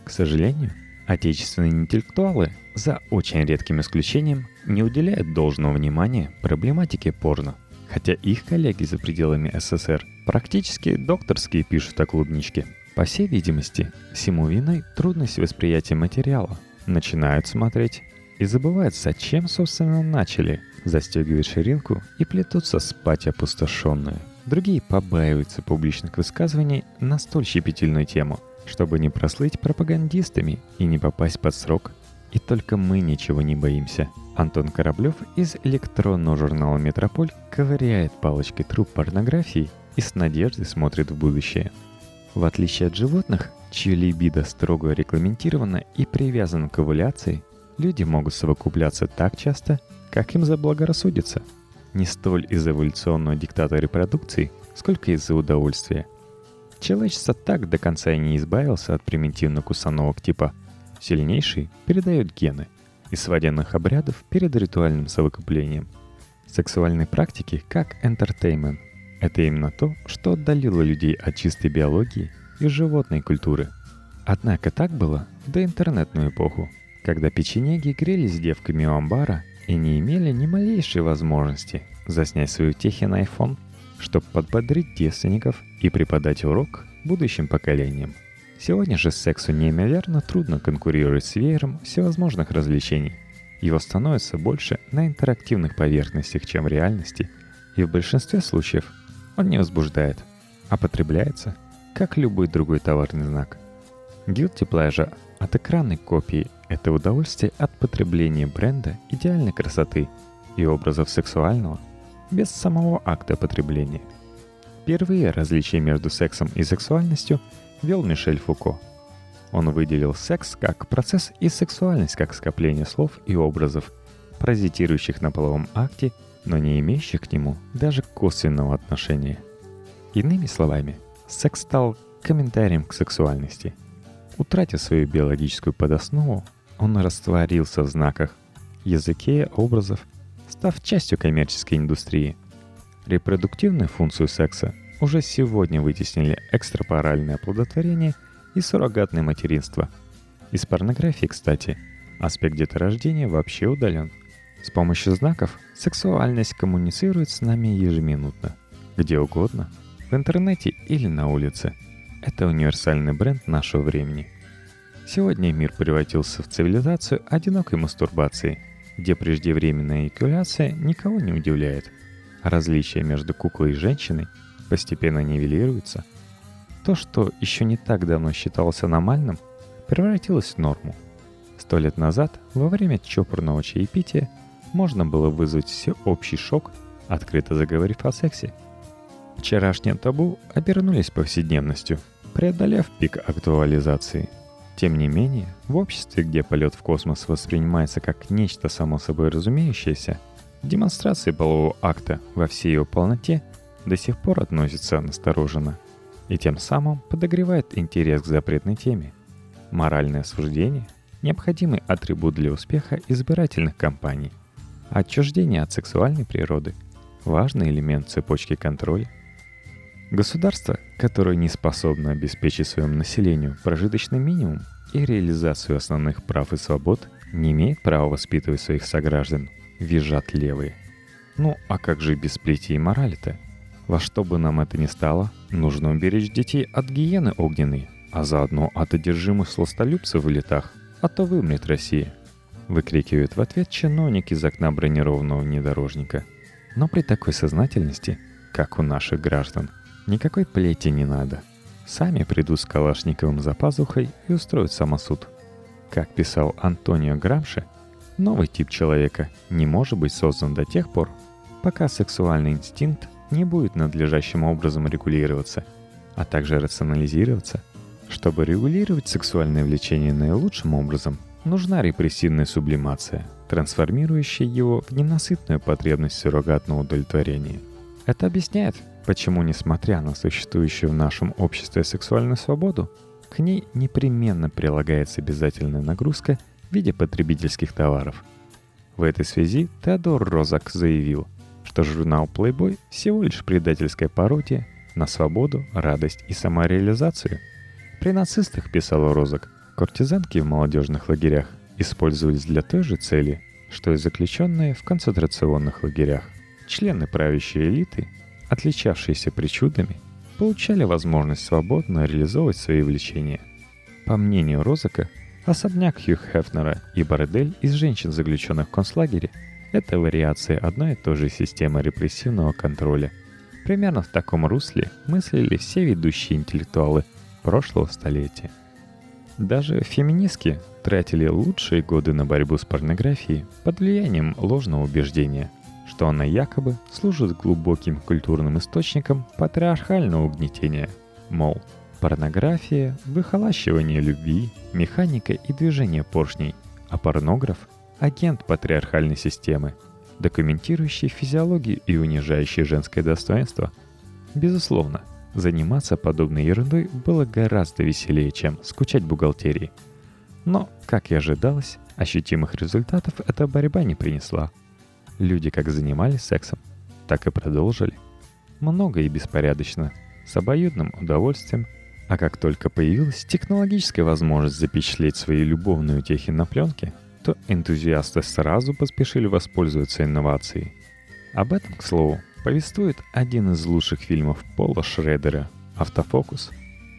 К сожалению, отечественные интеллектуалы, за очень редким исключением, не уделяют должного внимания проблематике порно. Хотя их коллеги за пределами СССР практически докторские пишут о клубничке. По всей видимости, всему виной трудность восприятия материала. Начинают смотреть и забывают, зачем, собственно, начали. Застегивают ширинку и плетутся спать опустошенные. Другие побаиваются публичных высказываний на столь щепетильную тему, чтобы не прослыть пропагандистами и не попасть под срок. И только мы ничего не боимся. Антон Кораблев из электронного журнала «Метрополь» ковыряет палочкой труп порнографии и с надеждой смотрит в будущее. В отличие от животных, чье либидо строго регламентировано и привязано к овуляции, люди могут совокупляться так часто, как им заблагорассудится. Не столь из-за эволюционного диктата репродукции, сколько из-за удовольствия. Человечество так до конца и не избавился от примитивных установок типа «сильнейший передает гены» и свадебных обрядов перед ритуальным совокуплением. Сексуальные практики как entertainment – это именно то, что отдалило людей от чистой биологии и животной культуры. Однако так было в доинтернетную эпоху, когда печенеги грелись с девками у амбара и не имели ни малейшей возможности заснять свою техи на iPhone, чтобы подбодрить девственников и преподать урок будущим поколениям. Сегодня же сексу неимоверно трудно конкурировать с веером всевозможных развлечений. Его становится больше на интерактивных поверхностях, чем в реальности, и в большинстве случаев он не возбуждает, а потребляется, как любой другой товарный знак. Guilty pleasure от экранной копии – это удовольствие от потребления бренда идеальной красоты и образов сексуального, без самого акта потребления. Впервые различие между сексом и сексуальностью вел Мишель Фуко. Он выделил секс как процесс и сексуальность как скопление слов и образов, паразитирующих на половом акте, но не имеющих к нему даже косвенного отношения. Иными словами, секс стал комментарием к сексуальности. Утратив свою биологическую подоснову, он растворился в знаках, языке образов, став частью коммерческой индустрии. Репродуктивную функцию секса уже сегодня вытеснили экстрапоральное оплодотворение и суррогатное материнство. Из порнографии, кстати, аспект деторождения вообще удален. С помощью знаков сексуальность коммуницирует с нами ежеминутно, где угодно, в интернете или на улице. Это универсальный бренд нашего времени. Сегодня мир превратился в цивилизацию одинокой мастурбации, где преждевременная эякуляция никого не удивляет, а различия между куклой и женщиной постепенно нивелируются. То, что еще не так давно считалось аномальным, превратилось в норму. 100 лет назад, во время чопорного чаепития, можно было вызвать всеобщий шок, открыто заговорив о сексе. Вчерашние табу обернулись повседневностью, преодолев пик актуализации. Тем не менее, в обществе, где полет в космос воспринимается как нечто само собой разумеющееся, демонстрации полового акта во всей его полноте до сих пор относятся настороженно и тем самым подогревает интерес к запретной теме. Моральное осуждение – необходимый атрибут для успеха избирательных кампаний. Отчуждение от сексуальной природы – важный элемент цепочки контроля. Государство, которое не способно обеспечить своему населению прожиточный минимум и реализацию основных прав и свобод, не имеет права воспитывать своих сограждан, визжат левые. Ну а как же без плети и морали-то? Во что бы нам это ни стало, нужно уберечь детей от гиены огненной, а заодно от одержимых сластолюбцев в летах, а то вымрет Россия. Выкрикивает в ответ чиновник из окна бронированного внедорожника. Но при такой сознательности, как у наших граждан, никакой плети не надо. Сами придут с Калашниковым за пазухой и устроят самосуд. Как писал Антонио Грамши, новый тип человека не может быть создан до тех пор, пока сексуальный инстинкт не будет надлежащим образом регулироваться, а также рационализироваться. Чтобы регулировать сексуальное влечение наилучшим образом, нужна репрессивная сублимация, трансформирующая его в ненасытную потребность суррогатного удовлетворения. Это объясняет, почему, несмотря на существующую в нашем обществе сексуальную свободу, к ней непременно прилагается обязательная нагрузка в виде потребительских товаров. В этой связи Теодор Розак заявил, что журнал Playboy всего лишь предательская пародия на свободу, радость и самореализацию. При нацистах, писал Розак, Куртизанки в молодежных лагерях использовались для той же цели, что и заключенные в концентрационных лагерях. Члены правящей элиты, отличавшиеся причудами, получали возможность свободно реализовывать свои влечения. По мнению Розака, особняк Хью Хефнера и бордель из женщин, заключенных в концлагере, это вариации одной и той же системы репрессивного контроля. Примерно в таком русле мыслили все ведущие интеллектуалы прошлого столетия. Даже феминистки тратили лучшие годы на борьбу с порнографией под влиянием ложного убеждения, что она якобы служит глубоким культурным источником патриархального угнетения. Мол, порнография, выхолащивание любви, механика и движение поршней, а порнограф – агент патриархальной системы, документирующий физиологию и унижающий женское достоинство. Безусловно, заниматься подобной ерундой было гораздо веселее, чем скучать в бухгалтерии. Но, как и ожидалось, ощутимых результатов эта борьба не принесла. Люди как занимались сексом, так и продолжили. Много и беспорядочно, с обоюдным удовольствием, а как только появилась технологическая возможность запечатлеть свои любовные утехи на пленке, то энтузиасты сразу поспешили воспользоваться инновацией. Об этом, к слову, повествует один из лучших фильмов Пола Шредера «Автофокус».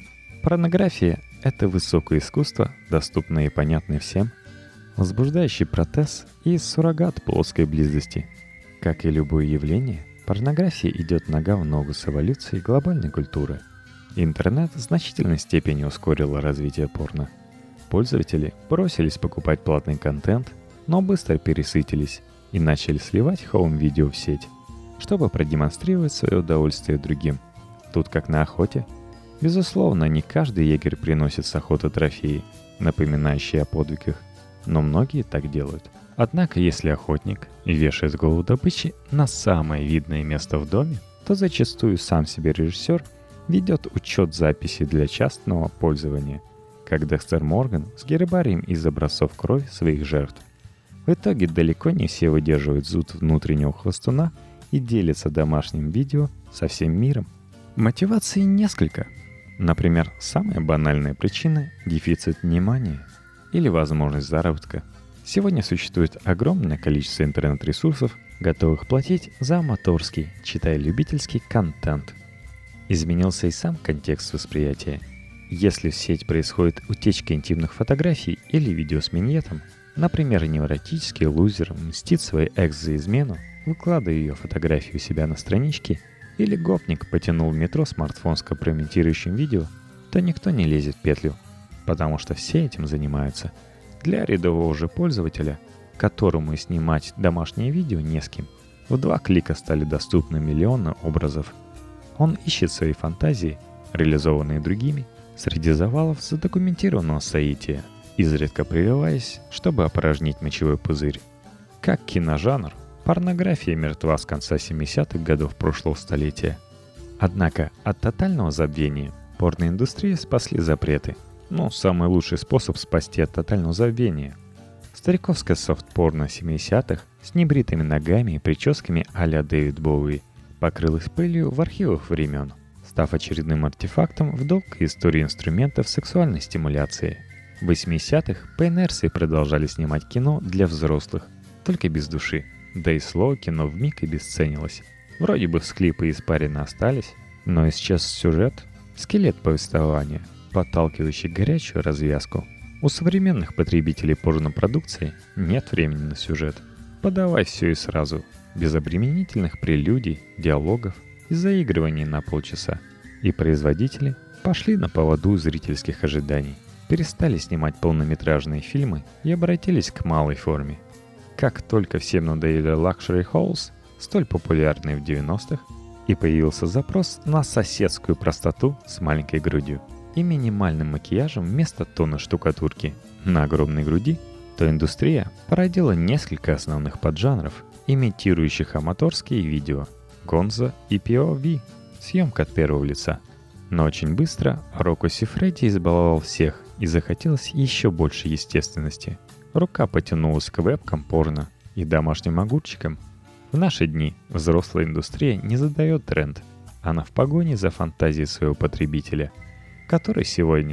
Порнография — это высокое искусство, доступное и понятное всем, возбуждающий протез и суррогат плоской близости. Как и любое явление, порнография идет нога в ногу с эволюцией глобальной культуры. Интернет в значительной степени ускорил развитие порно. Пользователи бросились покупать платный контент, но быстро пересытились и начали сливать хоум-видео в сеть, чтобы продемонстрировать свое удовольствие другим. Тут как на охоте. Безусловно, не каждый егерь приносит с охоты трофеи, напоминающие о подвигах, но многие так делают. Однако, если охотник вешает голову добычи на самое видное место в доме, то зачастую сам себе режиссер ведет учет записей для частного пользования, как Декстер Морган с гербарием из образцов крови своих жертв. В итоге далеко не все выдерживают зуд внутреннего хвостуна и делятся домашним видео со всем миром. Мотиваций несколько. Например, самая банальная причина – дефицит внимания или возможность заработка. Сегодня существует огромное количество интернет-ресурсов, готовых платить за аматорский, читай любительский контент. Изменился и сам контекст восприятия. Если в сеть происходит утечка интимных фотографий или видео с миньетом, например, невротический лузер мстит своей экс за измену, выкладывая ее фотографию у себя на страничке, или гопник потянул в метро смартфон с компрометирующим видео, то никто не лезет в петлю, потому что все этим занимаются. Для рядового же пользователя, которому и снимать домашнее видео не с кем, в 2 клика стали доступны миллионы образов. Он ищет свои фантазии, реализованные другими, среди завалов задокументированного соития, изредка прерываясь, чтобы опорожнить мочевой пузырь. Как киножанр, порнография мертва с конца 70-х годов прошлого столетия. Однако от тотального забвения порноиндустрии спасли запреты. Самый лучший способ спасти от тотального забвения. Стариковское софт-порно 70-х с небритыми ногами и прическами а-ля Дэвид Боуи покрылось пылью в архивах времен, став очередным артефактом в долгой истории инструментов сексуальной стимуляции. В 80-х по инерции продолжали снимать кино для взрослых, только без души. Да и слово кино вмиг обесценилось. Вроде бы всклипы испарины остались, но исчез сюжет, скелет повествования, подталкивающий горячую развязку. У современных потребителей порнопродукции нет времени на сюжет. Подавай все и сразу, без обременительных прелюдий, диалогов и заигрываний на полчаса. И производители пошли на поводу зрительских ожиданий, перестали снимать полнометражные фильмы и обратились к малой форме. Как только всем надоели Luxury Halls, столь популярные в 90-х, и появился запрос на соседскую простоту с маленькой грудью и минимальным макияжем вместо тона штукатурки на огромной груди, то индустрия породила несколько основных поджанров, имитирующих аматорские видео, гонзо и POV, съемка от первого лица. Но очень быстро Рокко Сиффредди избаловал всех и захотелось еще больше естественности. Рука потянулась к вебкам порно и домашним огурчикам. В наши дни взрослая индустрия не задает тренд, она в погоне за фантазией своего потребителя, который сегодня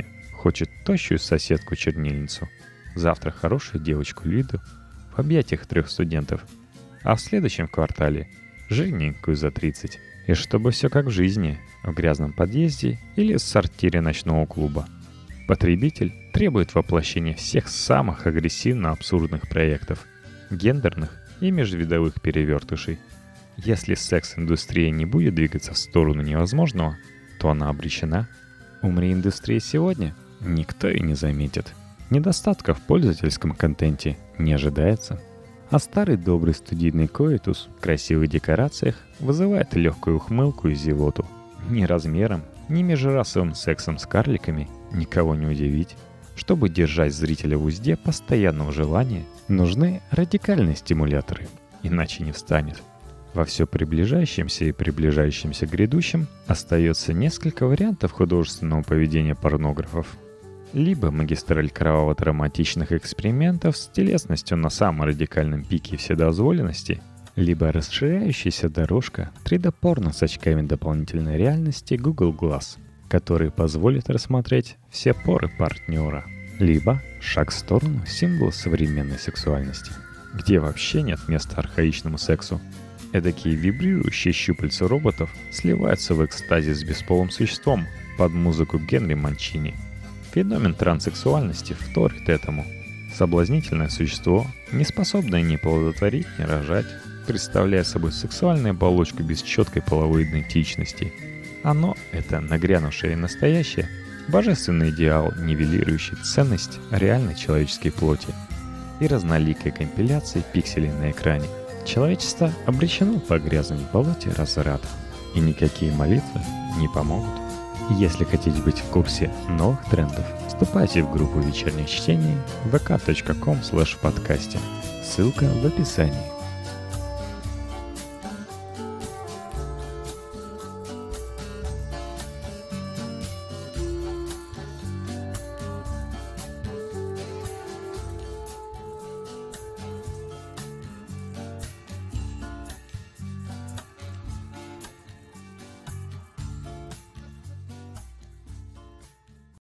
хочет тощую соседку-чернильницу, завтра хорошую девочку Лиду в объятиях 3 студентов, а в следующем квартале жирненькую за 30. И чтобы все как в жизни, в грязном подъезде или в сортире ночного клуба. Потребитель требует воплощения всех самых агрессивно-абсурдных проектов, гендерных и межвидовых перевертышей. Если секс-индустрия не будет двигаться в сторону невозможного, то она обречена. Умри индустрия сегодня, никто и не заметит. Недостатков в пользовательском контенте не ожидается. А старый добрый студийный коитус в красивых декорациях вызывает легкую ухмылку и зевоту. Ни размером, ни межрасовым сексом с карликами никого не удивить. Чтобы держать зрителя в узде постоянного желания, нужны радикальные стимуляторы, иначе не встанет. Во все приближающемся и приближающемся грядущем остается несколько вариантов художественного поведения порнографов. Либо магистраль кроваво-травматичных экспериментов с телесностью на самом радикальном пике вседозволенности, либо расширяющаяся дорожка 3D-порно с очками дополнительной реальности Google Glass, который позволит рассмотреть все поры партнера, либо шаг в сторону символа современной сексуальности, где вообще нет места архаичному сексу. Эдакие вибрирующие щупальца роботов сливаются в экстазе с бесполым существом под музыку Генри Манчини. Феномен транссексуальности вторит этому. Соблазнительное существо, не способное ни плодотворить, ни рожать, представляя собой сексуальную оболочку без четкой половой идентичности. Оно — это нагрянувшее и настоящее, божественный идеал, нивелирующий ценность реальной человеческой плоти и разноликой компиляции пикселей на экране. Человечество обречено погрязнуть в болоте разврата, и никакие молитвы не помогут. Если хотите быть в курсе новых трендов, вступайте в группу вечерних чтений vk.com/подкасте. Ссылка в описании.